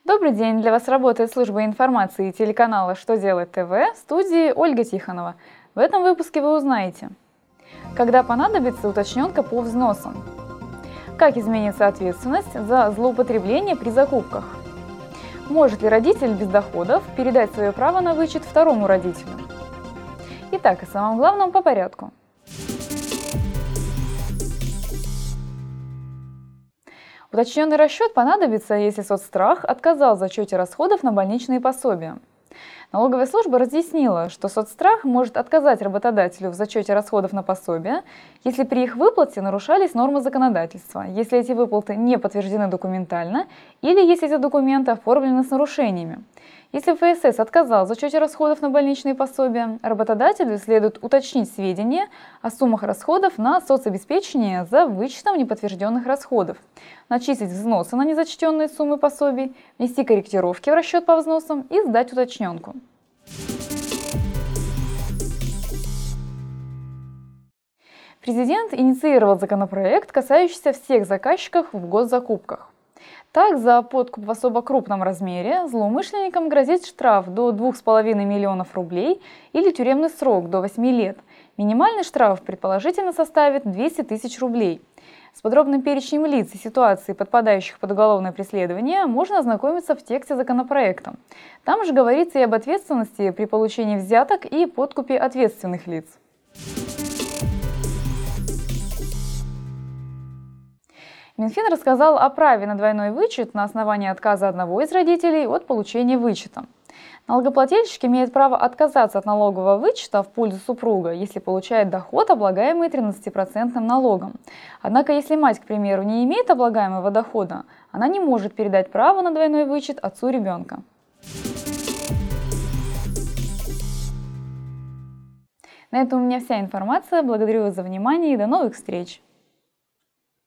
Добрый день! Для вас работает служба информации телеканала «Что делать ТВ», в студии Ольга Тихонова. В этом выпуске вы узнаете, когда понадобится уточненка по взносам, как изменится ответственность за злоупотребление при закупках, может ли родитель без доходов передать свое право на вычет второму родителю. Итак, о самом главном по порядку. Уточненный расчет понадобится, если соцстрах отказал в зачете расходов на больничные пособия. Налоговая служба разъяснила, что соцстрах может отказать работодателю в зачете расходов на пособия, если при их выплате нарушались нормы законодательства, если эти выплаты не подтверждены документально или если эти документы оформлены с нарушениями. Если ФСС отказал в зачете расходов на больничные пособия, работодателю следует уточнить сведения о суммах расходов на соцобеспечение за вычетом неподтвержденных расходов, начислить взносы на незачтенные суммы пособий, внести корректировки в расчет по взносам и сдать уточненку. Президент инициировал законопроект, касающийся всех заказчиков в госзакупках. Так, за подкуп в особо крупном размере злоумышленникам грозит штраф до 2,5 миллионов рублей или тюремный срок до 8 лет. Минимальный штраф предположительно составит 200 тысяч рублей. С подробным перечнем лиц и ситуаций, подпадающих под уголовное преследование, можно ознакомиться в тексте законопроекта. Там же говорится и об ответственности при получении взяток и подкупе ответственных лиц. Минфин рассказал о праве на двойной вычет на основании отказа одного из родителей от получения вычета. Налогоплательщик имеет право отказаться от налогового вычета в пользу супруга, если получает доход, облагаемый 13% налогом. Однако, если мать, к примеру, не имеет облагаемого дохода, она не может передать право на двойной вычет отцу ребенка. На этом у меня вся информация. Благодарю вас за внимание и до новых встреч!